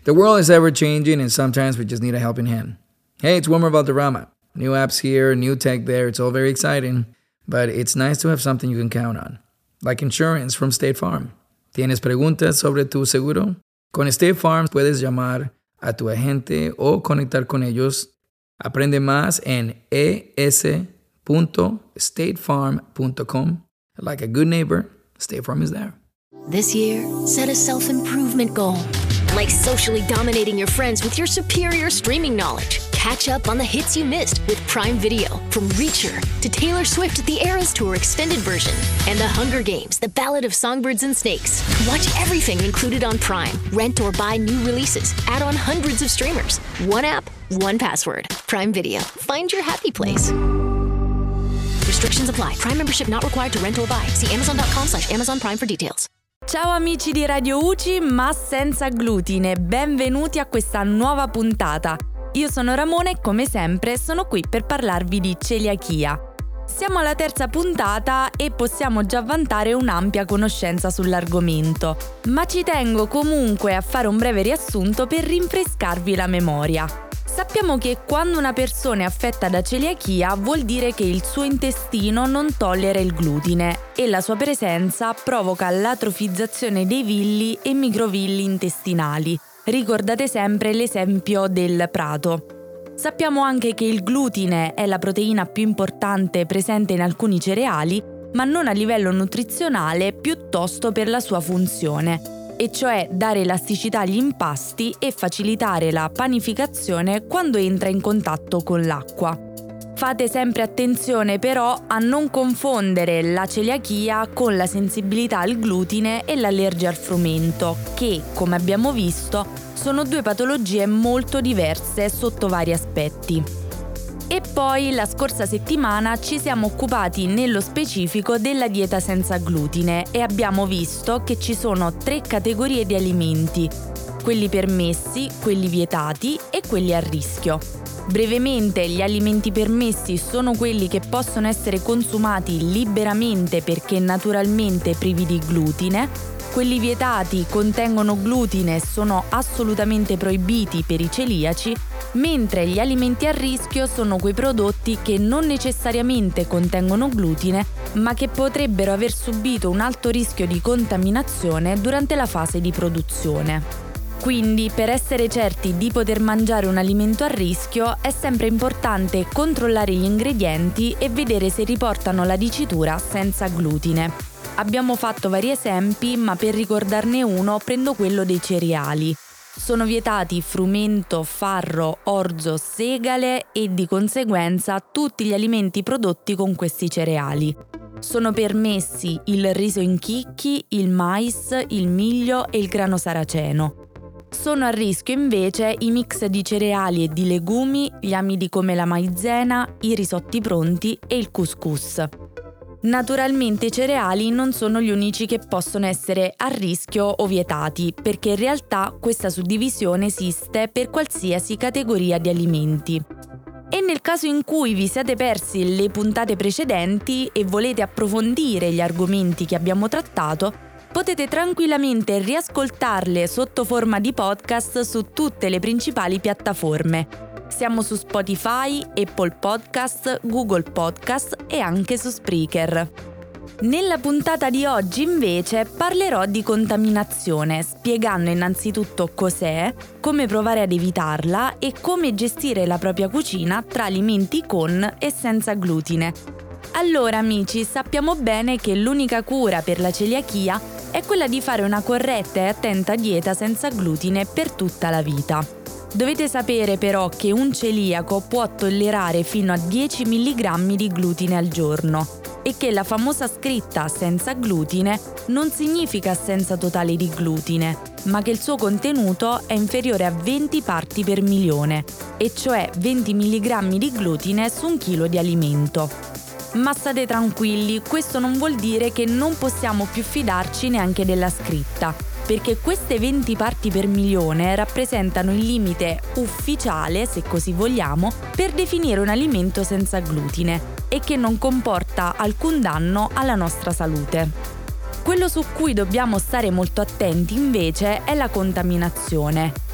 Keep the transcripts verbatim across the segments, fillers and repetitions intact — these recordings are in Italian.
The world is ever changing and sometimes we just need a helping hand. Hey, it's Wilmer Valderrama. New apps here, new tech there, it's all very exciting. But it's nice to have something you can count on. Like insurance from State Farm. ¿Tienes preguntas sobre tu seguro? Con State Farm puedes llamar a tu agente o conectar con ellos. Aprende más en e s punto state farm punto com. Like a good neighbor, State Farm is there. This year, set a self-improvement goal. Like socially dominating your friends with your superior streaming knowledge. Catch up on the hits you missed with Prime Video. From Reacher to Taylor Swift The Eras Tour extended version. And The Hunger Games, The Ballad of Songbirds and Snakes. Watch everything included on Prime. Rent or buy new releases. Add on hundreds of streamers. One app, one password. Prime Video. Find your happy place. Restrictions apply. Prime membership not required to rent or buy. See amazon.com slash Amazon Prime for details. Ciao amici di Radio U C I, ma senza glutine. Benvenuti a questa nuova puntata. Io sono Ramona e come sempre sono qui per parlarvi di celiachia. Siamo alla terza puntata e possiamo già vantare un'ampia conoscenza sull'argomento, ma ci tengo comunque a fare un breve riassunto per rinfrescarvi la memoria. Sappiamo che quando una persona è affetta da celiachia vuol dire che il suo intestino non tollera il glutine e la sua presenza provoca l'atrofizzazione dei villi e microvilli intestinali. Ricordate sempre l'esempio del prato. Sappiamo anche che il glutine è la proteina più importante presente in alcuni cereali, ma non a livello nutrizionale, piuttosto per la sua funzione, e cioè dare elasticità agli impasti e facilitare la panificazione quando entra in contatto con l'acqua. Fate sempre attenzione però a non confondere la celiachia con la sensibilità al glutine e l'allergia al frumento, che, come abbiamo visto, sono due patologie molto diverse sotto vari aspetti. E poi la scorsa settimana ci siamo occupati nello specifico della dieta senza glutine e abbiamo visto che ci sono tre categorie di alimenti: quelli permessi, quelli vietati e quelli a rischio. Brevemente, gli alimenti permessi sono quelli che possono essere consumati liberamente perché naturalmente privi di glutine. Quelli vietati contengono glutine e sono assolutamente proibiti per i celiaci, mentre gli alimenti a rischio sono quei prodotti che non necessariamente contengono glutine, ma che potrebbero aver subito un alto rischio di contaminazione durante la fase di produzione. Quindi, per essere certi di poter mangiare un alimento a rischio, è sempre importante controllare gli ingredienti e vedere se riportano la dicitura senza glutine. Abbiamo fatto vari esempi, ma per ricordarne uno prendo quello dei cereali. Sono vietati frumento, farro, orzo, segale e di conseguenza tutti gli alimenti prodotti con questi cereali. Sono permessi il riso in chicchi, il mais, il miglio e il grano saraceno. Sono a rischio invece i mix di cereali e di legumi, gli amidi come la maizena, i risotti pronti e il couscous. Naturalmente i cereali non sono gli unici che possono essere a rischio o vietati, perché in realtà questa suddivisione esiste per qualsiasi categoria di alimenti. E nel caso in cui vi siate persi le puntate precedenti e volete approfondire gli argomenti che abbiamo trattato, potete tranquillamente riascoltarle sotto forma di podcast su tutte le principali piattaforme. Siamo su Spotify, Apple Podcast, Google Podcast e anche su Spreaker. Nella puntata di oggi invece parlerò di contaminazione, spiegando innanzitutto cos'è, come provare ad evitarla e come gestire la propria cucina tra alimenti con e senza glutine. Allora amici, sappiamo bene che l'unica cura per la celiachia è quella di fare una corretta e attenta dieta senza glutine per tutta la vita. Dovete sapere però che un celiaco può tollerare fino a dieci milligrammi di glutine al giorno e che la famosa scritta senza glutine non significa assenza totale di glutine, ma che il suo contenuto è inferiore a venti parti per milione, e cioè venti milligrammi di glutine su un chilo di alimento. Ma state tranquilli, questo non vuol dire che non possiamo più fidarci neanche della scritta, perché queste venti parti per milione rappresentano il limite ufficiale, se così vogliamo, per definire un alimento senza glutine e che non comporta alcun danno alla nostra salute. Quello su cui dobbiamo stare molto attenti invece è la contaminazione.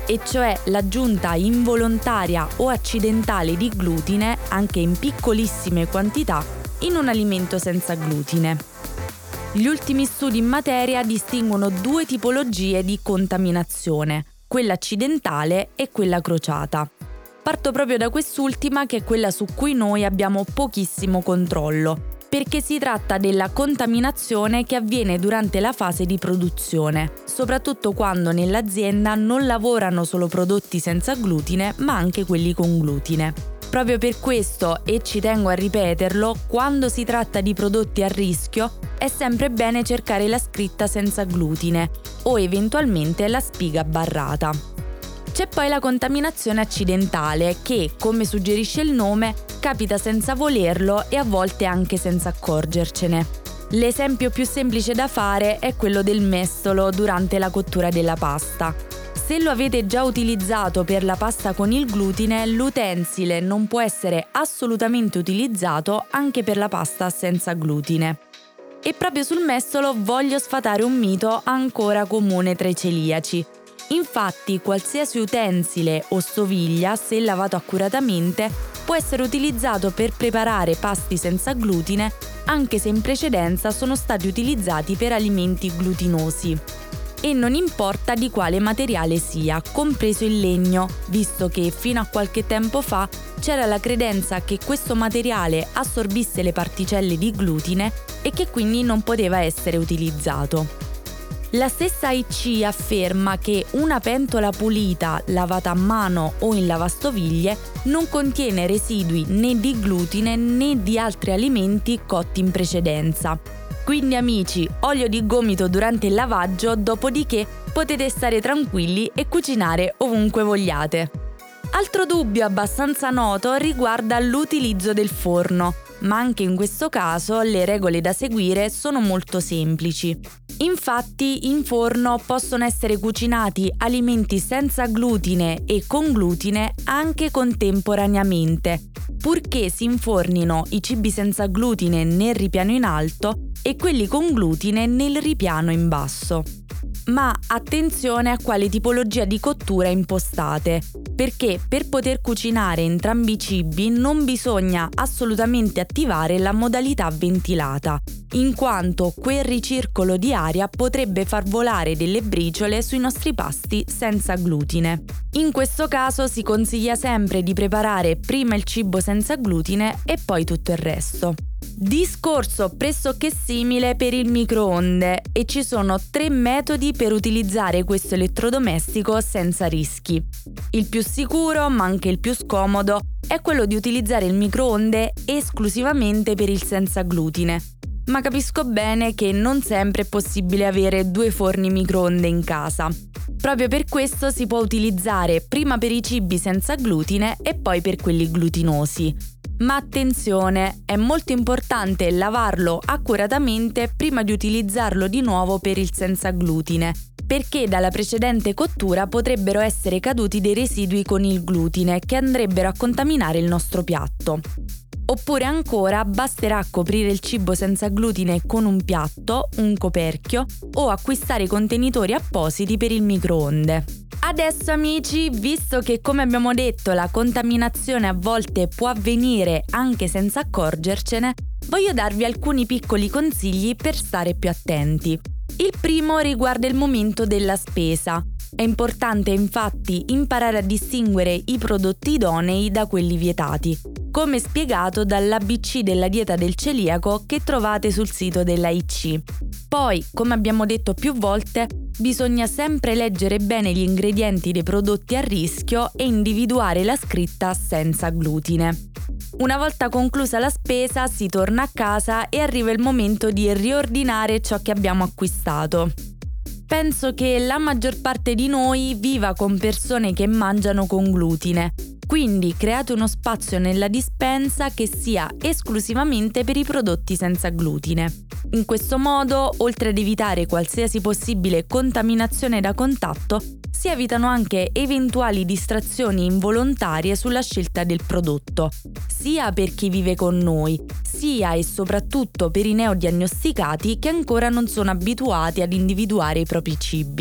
e cioè l'aggiunta involontaria o accidentale di glutine, anche in piccolissime quantità, in un alimento senza glutine. Gli ultimi studi in materia distinguono due tipologie di contaminazione, quella accidentale e quella crociata. Parto proprio da quest'ultima, che è quella su cui noi abbiamo pochissimo controllo, perché si tratta della contaminazione che avviene durante la fase di produzione, soprattutto quando nell'azienda non lavorano solo prodotti senza glutine, ma anche quelli con glutine. Proprio per questo, e ci tengo a ripeterlo, quando si tratta di prodotti a rischio è sempre bene cercare la scritta senza glutine o eventualmente la spiga barrata. C'è poi la contaminazione accidentale che, come suggerisce il nome, capita senza volerlo e a volte anche senza accorgercene. L'esempio più semplice da fare è quello del mestolo durante la cottura della pasta. Se lo avete già utilizzato per la pasta con il glutine, l'utensile non può essere assolutamente utilizzato anche per la pasta senza glutine. E proprio sul mestolo voglio sfatare un mito ancora comune tra i celiaci. Infatti, qualsiasi utensile o stoviglia, se lavato accuratamente, può essere utilizzato per preparare pasti senza glutine, anche se in precedenza sono stati utilizzati per alimenti glutinosi. E non importa di quale materiale sia, compreso il legno, visto che fino a qualche tempo fa c'era la credenza che questo materiale assorbisse le particelle di glutine e che quindi non poteva essere utilizzato. La stessa I C afferma che una pentola pulita, lavata a mano o in lavastoviglie, non contiene residui né di glutine né di altri alimenti cotti in precedenza. Quindi amici, olio di gomito durante il lavaggio, dopodiché potete stare tranquilli e cucinare ovunque vogliate. Altro dubbio abbastanza noto riguarda l'utilizzo del forno, ma anche in questo caso le regole da seguire sono molto semplici. Infatti, in forno possono essere cucinati alimenti senza glutine e con glutine anche contemporaneamente, purché si infornino i cibi senza glutine nel ripiano in alto e quelli con glutine nel ripiano in basso. Ma attenzione a quale tipologia di cottura impostate, perché per poter cucinare entrambi i cibi non bisogna assolutamente attivare la modalità ventilata, in quanto quel ricircolo di aria potrebbe far volare delle briciole sui nostri pasti senza glutine. In questo caso si consiglia sempre di preparare prima il cibo senza glutine e poi tutto il resto. Discorso pressoché simile per il microonde, e ci sono tre metodi per utilizzare questo elettrodomestico senza rischi. Il più sicuro, ma anche il più scomodo, è quello di utilizzare il microonde esclusivamente per il senza glutine. Ma capisco bene che non sempre è possibile avere due forni microonde in casa. Proprio per questo si può utilizzare prima per i cibi senza glutine e poi per quelli glutinosi. Ma attenzione, è molto importante lavarlo accuratamente prima di utilizzarlo di nuovo per il senza glutine, perché dalla precedente cottura potrebbero essere caduti dei residui con il glutine che andrebbero a contaminare il nostro piatto. Oppure ancora basterà coprire il cibo senza glutine con un piatto, un coperchio o acquistare contenitori appositi per il microonde. Adesso amici, visto che come abbiamo detto la contaminazione a volte può avvenire anche senza accorgercene, voglio darvi alcuni piccoli consigli per stare più attenti. Il primo riguarda il momento della spesa. È importante infatti imparare a distinguere i prodotti idonei da quelli vietati, come spiegato dall'A B C della dieta del celiaco che trovate sul sito della I C. Poi, come abbiamo detto più volte, bisogna sempre leggere bene gli ingredienti dei prodotti a rischio e individuare la scritta senza glutine. Una volta conclusa la spesa si torna a casa e arriva il momento di riordinare ciò che abbiamo acquistato. Penso che la maggior parte di noi viva con persone che mangiano con glutine, quindi create uno spazio nella dispensa che sia esclusivamente per i prodotti senza glutine. In questo modo, oltre ad evitare qualsiasi possibile contaminazione da contatto, si evitano anche eventuali distrazioni involontarie sulla scelta del prodotto, sia per chi vive con noi, sia e soprattutto per i neodiagnosticati che ancora non sono abituati ad individuare i propri cibi.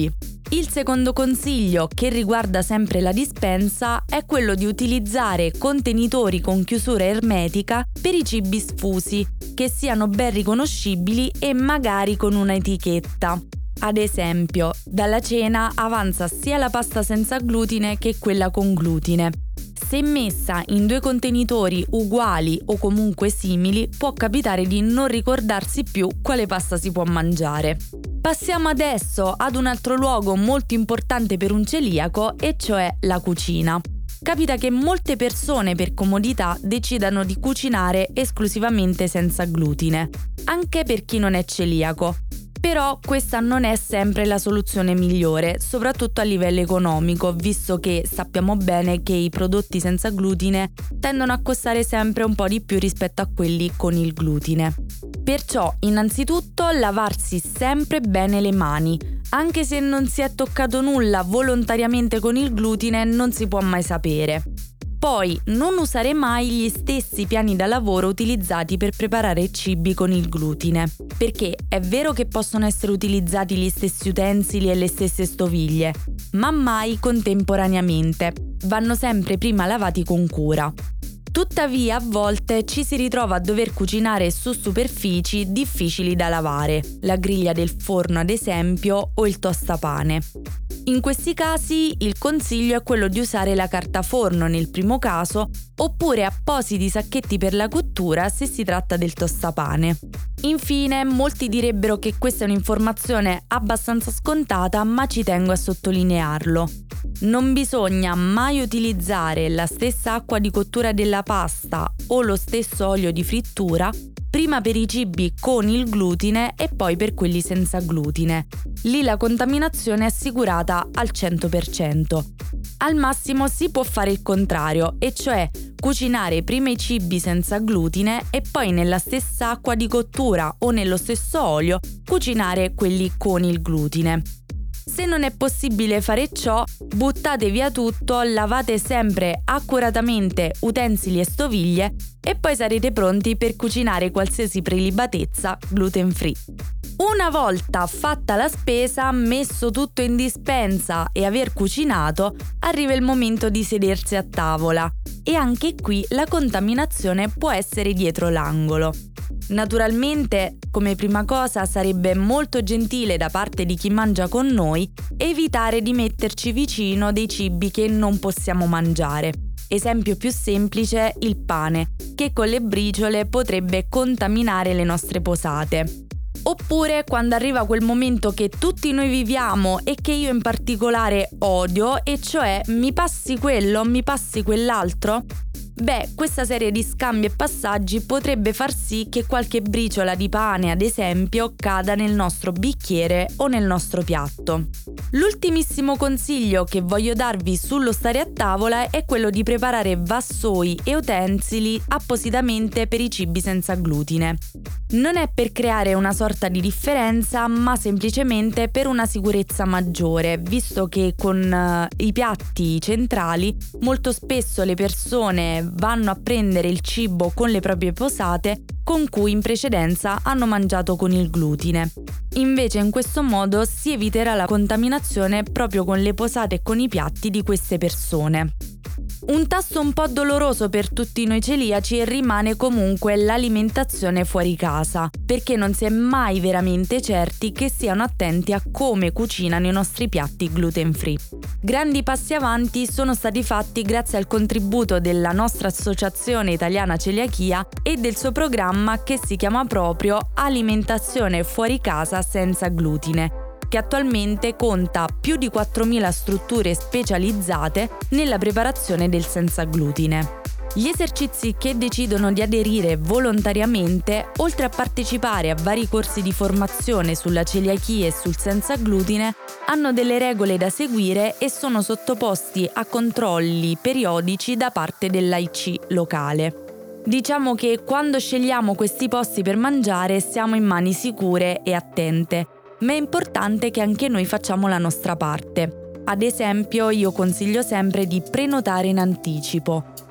Il secondo consiglio, che riguarda sempre la dispensa, è quello di utilizzare contenitori con chiusura ermetica per i cibi sfusi, che siano ben riconoscibili e magari con una etichetta. Ad esempio, dalla cena avanza sia la pasta senza glutine che quella con glutine. Se messa in due contenitori uguali o comunque simili, può capitare di non ricordarsi più quale pasta si può mangiare. Passiamo adesso ad un altro luogo molto importante per un celiaco, e cioè la cucina. Capita che molte persone per comodità decidano di cucinare esclusivamente senza glutine, anche per chi non è celiaco. Però questa non è sempre la soluzione migliore, soprattutto a livello economico, visto che sappiamo bene che i prodotti senza glutine tendono a costare sempre un po' di più rispetto a quelli con il glutine. Perciò, innanzitutto, lavarsi sempre bene le mani. Anche se non si è toccato nulla volontariamente con il glutine, non si può mai sapere. Poi, non usare mai gli stessi piani da lavoro utilizzati per preparare cibi con il glutine, perché è vero che possono essere utilizzati gli stessi utensili e le stesse stoviglie, ma mai contemporaneamente. Vanno sempre prima lavati con cura. Tuttavia, a volte ci si ritrova a dover cucinare su superfici difficili da lavare, la griglia del forno ad esempio o il tostapane. In questi casi il consiglio è quello di usare la carta forno nel primo caso, oppure appositi sacchetti per la cottura se si tratta del tostapane. Infine, molti direbbero che questa è un'informazione abbastanza scontata, ma ci tengo a sottolinearlo. Non bisogna mai utilizzare la stessa acqua di cottura della pasta o lo stesso olio di frittura prima per i cibi con il glutine e poi per quelli senza glutine. Lì la contaminazione è assicurata al cento per cento. Al massimo si può fare il contrario, e cioè cucinare prima i cibi senza glutine e poi nella stessa acqua di cottura o nello stesso olio cucinare quelli con il glutine. Se non è possibile fare ciò, buttate via tutto, lavate sempre accuratamente utensili e stoviglie e poi sarete pronti per cucinare qualsiasi prelibatezza gluten free. Una volta fatta la spesa, messo tutto in dispensa e aver cucinato, arriva il momento di sedersi a tavola. E anche qui la contaminazione può essere dietro l'angolo. Naturalmente, come prima cosa, sarebbe molto gentile da parte di chi mangia con noi evitare di metterci vicino dei cibi che non possiamo mangiare. Esempio più semplice, il pane, che con le briciole potrebbe contaminare le nostre posate. Oppure quando arriva quel momento che tutti noi viviamo e che io in particolare odio, e cioè mi passi quello, mi passi quell'altro? Beh, questa serie di scambi e passaggi potrebbe far sì che qualche briciola di pane, ad esempio, cada nel nostro bicchiere o nel nostro piatto. L'ultimissimo consiglio che voglio darvi sullo stare a tavola è quello di preparare vassoi e utensili appositamente per i cibi senza glutine. Non è per creare una sorta di differenza, ma semplicemente per una sicurezza maggiore, visto che con uh, i piatti centrali molto spesso le persone vanno a prendere il cibo con le proprie posate con cui in precedenza hanno mangiato con il glutine. Invece in questo modo si eviterà la contaminazione proprio con le posate e con i piatti di queste persone. Un tasto un po' doloroso per tutti noi celiaci rimane comunque l'alimentazione fuori casa, perché non si è mai veramente certi che siano attenti a come cucinano i nostri piatti gluten free. Grandi passi avanti sono stati fatti grazie al contributo della nostra Associazione Italiana Celiachia e del suo programma che si chiama proprio Alimentazione fuori casa senza glutine, che attualmente conta più di quattromila strutture specializzate nella preparazione del senza glutine. Gli esercizi che decidono di aderire volontariamente, oltre a partecipare a vari corsi di formazione sulla celiachia e sul senza glutine, hanno delle regole da seguire e sono sottoposti a controlli periodici da parte dell'A I C locale. Diciamo che quando scegliamo questi posti per mangiare siamo in mani sicure e attente, ma è importante che anche noi facciamo la nostra parte. Ad esempio, io consiglio sempre di prenotare in anticipo.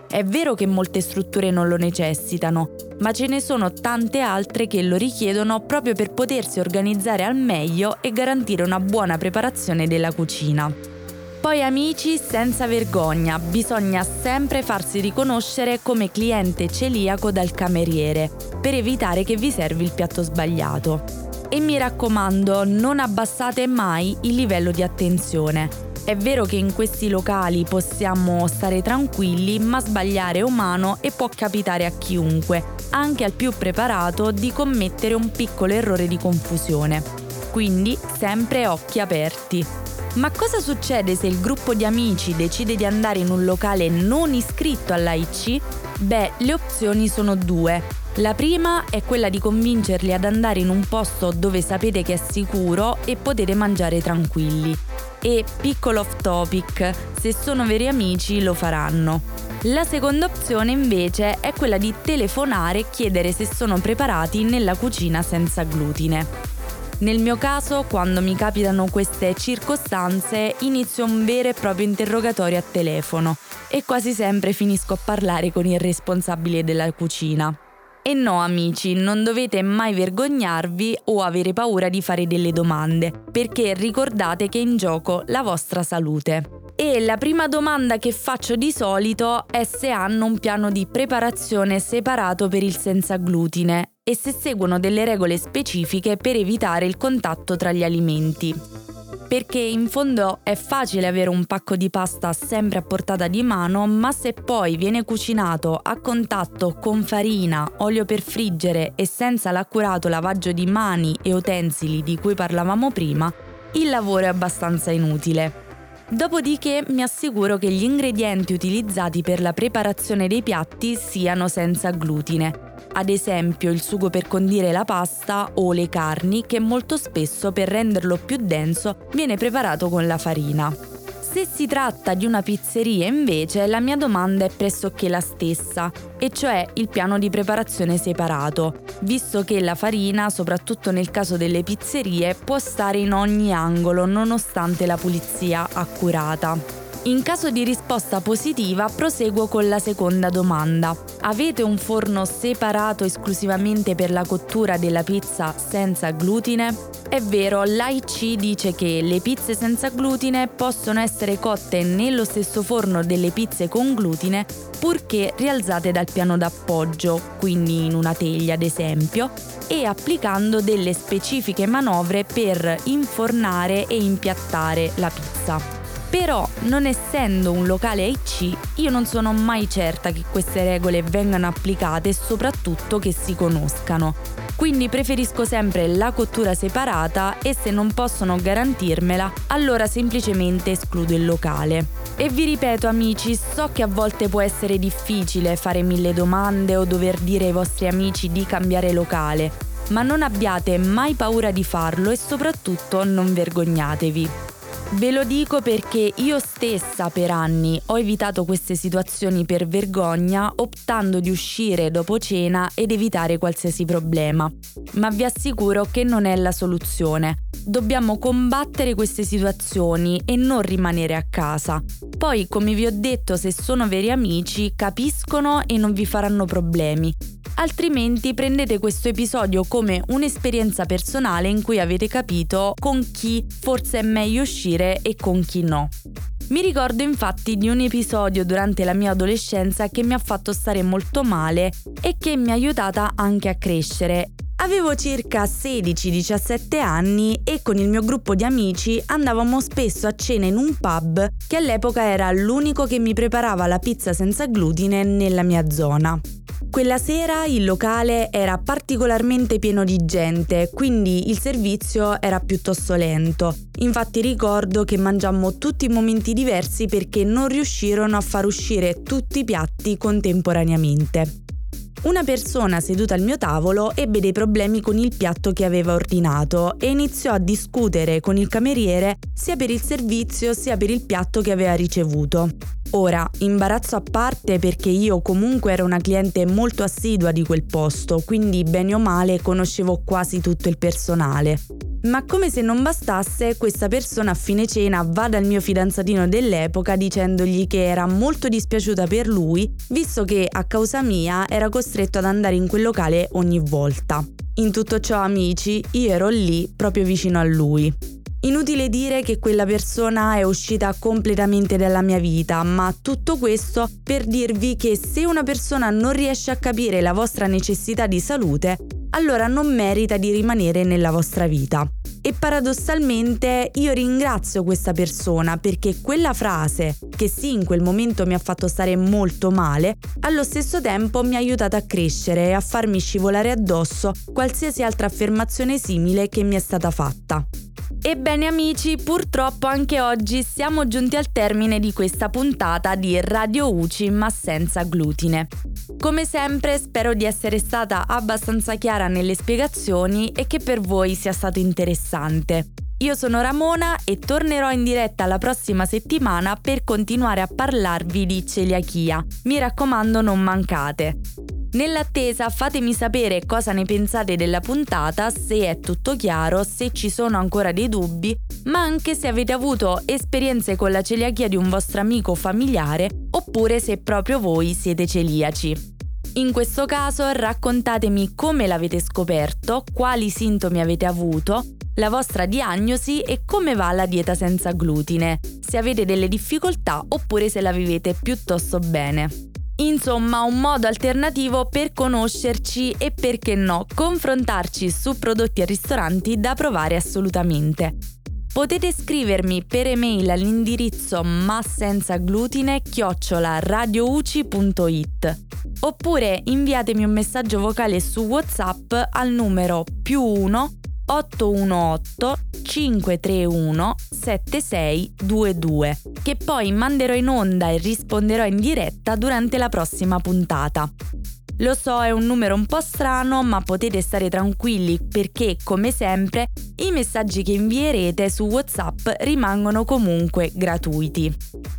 È vero che molte strutture non lo necessitano, ma ce ne sono tante altre che lo richiedono proprio per potersi organizzare al meglio e garantire una buona preparazione della cucina. Poi amici, senza vergogna, bisogna sempre farsi riconoscere come cliente celiaco dal cameriere, per evitare che vi servi il piatto sbagliato. E mi raccomando, non abbassate mai il livello di attenzione. È vero che in questi locali possiamo stare tranquilli, ma sbagliare è umano e può capitare a chiunque, anche al più preparato, di commettere un piccolo errore di confusione. Quindi sempre occhi aperti. Ma cosa succede se il gruppo di amici decide di andare in un locale non iscritto all'A I C? Beh, le opzioni sono due. La prima è quella di convincerli ad andare in un posto dove sapete che è sicuro e potete mangiare tranquilli. E, piccolo off topic, se sono veri amici lo faranno. La seconda opzione invece è quella di telefonare e chiedere se sono preparati nella cucina senza glutine. Nel mio caso, quando mi capitano queste circostanze, inizio un vero e proprio interrogatorio a telefono e quasi sempre finisco a parlare con il responsabile della cucina. E no amici, non dovete mai vergognarvi o avere paura di fare delle domande, perché ricordate che è in gioco la vostra salute. E la prima domanda che faccio di solito è se hanno un piano di preparazione separato per il senza glutine e se seguono delle regole specifiche per evitare il contatto tra gli alimenti. Perché in fondo è facile avere un pacco di pasta sempre a portata di mano, ma se poi viene cucinato a contatto con farina, olio per friggere e senza l'accurato lavaggio di mani e utensili di cui parlavamo prima, il lavoro è abbastanza inutile. Dopodiché mi assicuro che gli ingredienti utilizzati per la preparazione dei piatti siano senza glutine. Ad esempio il sugo per condire la pasta o le carni, che molto spesso per renderlo più denso viene preparato con la farina. Se si tratta di una pizzeria invece la mia domanda è pressoché la stessa, e cioè il piano di preparazione separato, visto che la farina, soprattutto nel caso delle pizzerie, può stare in ogni angolo nonostante la pulizia accurata. In caso di risposta positiva proseguo con la seconda domanda. Avete un forno separato esclusivamente per la cottura della pizza senza glutine? È vero, l'A I C dice che le pizze senza glutine possono essere cotte nello stesso forno delle pizze con glutine, purché rialzate dal piano d'appoggio, quindi in una teglia ad esempio, e applicando delle specifiche manovre per infornare e impiattare la pizza. Però, non essendo un locale A I C, io non sono mai certa che queste regole vengano applicate e soprattutto che si conoscano. Quindi preferisco sempre la cottura separata e se non possono garantirmela, allora semplicemente escludo il locale. E vi ripeto amici, so che a volte può essere difficile fare mille domande o dover dire ai vostri amici di cambiare locale, ma non abbiate mai paura di farlo e soprattutto non vergognatevi. Ve lo dico perché io stessa per anni ho evitato queste situazioni per vergogna, optando di uscire dopo cena ed evitare qualsiasi problema. Ma vi assicuro che non è la soluzione. Dobbiamo combattere queste situazioni e non rimanere a casa. Poi, come vi ho detto, se sono veri amici, capiscono e non vi faranno problemi. Altrimenti prendete questo episodio come un'esperienza personale in cui avete capito con chi forse è meglio uscire e con chi no. Mi ricordo infatti di un episodio durante la mia adolescenza che mi ha fatto stare molto male e che mi ha aiutata anche a crescere. Avevo circa sedici diciassette anni e con il mio gruppo di amici andavamo spesso a cena in un pub che all'epoca era l'unico che mi preparava la pizza senza glutine nella mia zona. Quella sera il locale era particolarmente pieno di gente, quindi il servizio era piuttosto lento. Infatti ricordo che mangiammo tutti in momenti diversi perché non riuscirono a far uscire tutti i piatti contemporaneamente. Una persona seduta al mio tavolo ebbe dei problemi con il piatto che aveva ordinato e iniziò a discutere con il cameriere sia per il servizio sia per il piatto che aveva ricevuto. Ora, imbarazzo a parte perché io comunque ero una cliente molto assidua di quel posto, quindi bene o male conoscevo quasi tutto il personale. Ma come se non bastasse, questa persona a fine cena va dal mio fidanzatino dell'epoca dicendogli che era molto dispiaciuta per lui, visto che a causa mia era costretto ad andare in quel locale ogni volta. In tutto ciò, amici, io ero lì proprio vicino a lui. Inutile dire che quella persona è uscita completamente dalla mia vita, ma tutto questo per dirvi che se una persona non riesce a capire la vostra necessità di salute, allora non merita di rimanere nella vostra vita. E paradossalmente io ringrazio questa persona perché quella frase, che sì in quel momento mi ha fatto stare molto male, allo stesso tempo mi ha aiutato a crescere e a farmi scivolare addosso qualsiasi altra affermazione simile che mi è stata fatta. Ebbene amici, purtroppo anche oggi siamo giunti al termine di questa puntata di Radio U C I ma senza glutine. Come sempre spero di essere stata abbastanza chiara nelle spiegazioni e che per voi sia stato interessante. Io sono Ramona e tornerò in diretta la prossima settimana per continuare a parlarvi di celiachia. Mi raccomando, non mancate. Nell'attesa fatemi sapere cosa ne pensate della puntata, se è tutto chiaro, se ci sono ancora dei dubbi, ma anche se avete avuto esperienze con la celiachia di un vostro amico o familiare, oppure se proprio voi siete celiaci. In questo caso raccontatemi come l'avete scoperto, quali sintomi avete avuto, la vostra diagnosi e come va la dieta senza glutine, se avete delle difficoltà oppure se la vivete piuttosto bene. Insomma, un modo alternativo per conoscerci e, perché no, confrontarci su prodotti e ristoranti da provare assolutamente. Potete scrivermi per email all'indirizzo massenzaglutine chiocciola radiouci punto it oppure inviatemi un messaggio vocale su WhatsApp al numero più uno otto uno otto cinque tre uno sette sei due due, che poi manderò in onda e risponderò in diretta durante la prossima puntata. Lo so, è un numero un po' strano, ma potete stare tranquilli perché, come sempre, i messaggi che invierete su WhatsApp rimangono comunque gratuiti.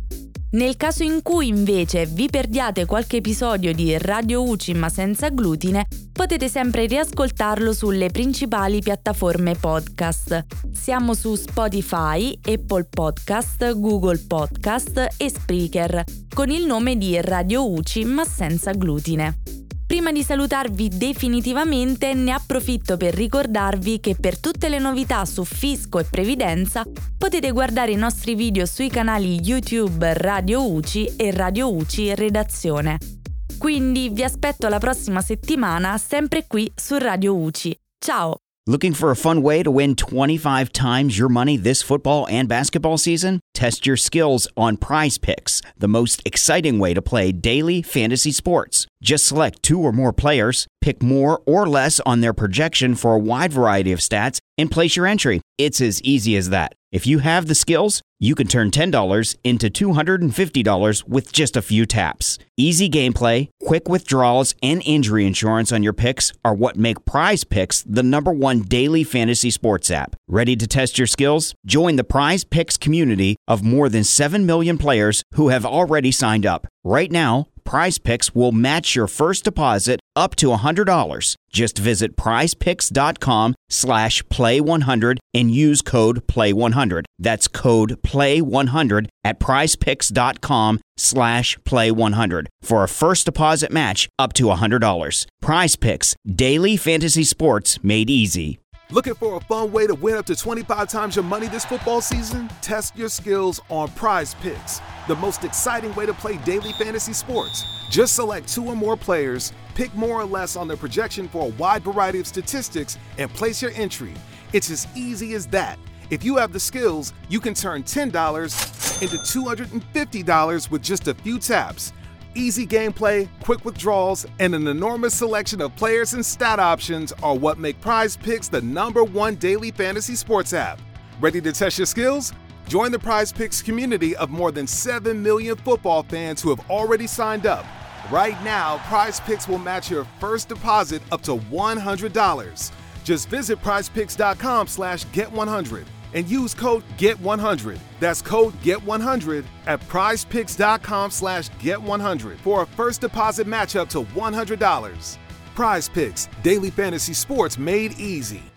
Nel caso in cui invece vi perdiate qualche episodio di Radio U C I ma senza glutine, potete sempre riascoltarlo sulle principali piattaforme podcast. Siamo su Spotify, Apple Podcast, Google Podcast e Spreaker, con il nome di Radio U C I ma senza glutine. Prima di salutarvi definitivamente, ne approfitto per ricordarvi che per tutte le novità su fisco e previdenza potete guardare i nostri video sui canali YouTube Radio U C I e Radio U C I Redazione. Quindi vi aspetto la prossima settimana sempre qui su Radio U C I. Ciao! Looking for a fun way to win twenty-five times your money this football and basketball season? Test your skills on Prize Picks, the most exciting way to play daily fantasy sports. Just select two or more players, pick more or less on their projection for a wide variety of stats, and place your entry. It's as easy as that. If you have the skills, you can turn ten dollars into two hundred fifty dollars with just a few taps. Easy gameplay, quick withdrawals, and injury insurance on your picks are what make Prize Picks the number one daily fantasy sports app. Ready to test your skills? Join the Prize Picks community of more than seven million players who have already signed up. Right now, Prize Picks will match your first deposit up to one hundred dollars. Just visit prizepicks.com slash play one hundred and use code play one hundred. That's code play one hundred at prizepicks.com slash play one hundred for a first deposit match up to one hundred dollars. Prize Picks, daily fantasy sports made easy. Looking for a fun way to win up to twenty-five times your money this football season? Test your skills on Prize Picks, the most exciting way to play daily fantasy sports. Just select two or more players, pick more or less on their projection for a wide variety of statistics, and place your entry. It's as easy as that. If you have the skills, you can turn ten dollars into two hundred fifty dollars with just a few taps. Easy gameplay, quick withdrawals, and an enormous selection of players and stat options are what make Prize Picks the number one daily fantasy sports app. Ready to test your skills? Join the Prize Picks community of more than seven million football fans who have already signed up. Right now, Prize Picks will match your first deposit up to one hundred dollars. Just visit prizepicks.com slash get one hundred and use code get one hundred. That's code get one hundred at prizepicks.com slash get one hundred for a first deposit match up to one hundred dollars. Prize Picks, daily fantasy sports made easy.